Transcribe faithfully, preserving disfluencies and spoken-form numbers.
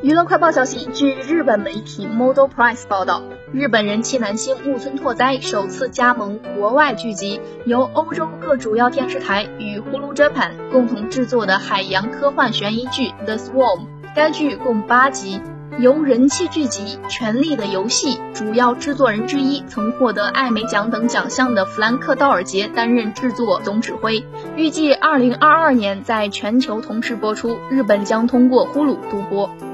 娱乐快报消息，据日本媒体 Model Price 报道，日本人气男星木村拓哉首次加盟国外剧集，由欧洲各主要电视台与 Hulu Japan 共同制作的海洋科幻悬疑剧 The Swarm。该剧共八集，由人气剧集《权力的游戏》主要制作人之一、曾获得艾美奖等奖项的弗兰克·道尔杰担任制作总指挥。预计二零二二年在全球同时播出，日本将通过 Hulu 独播。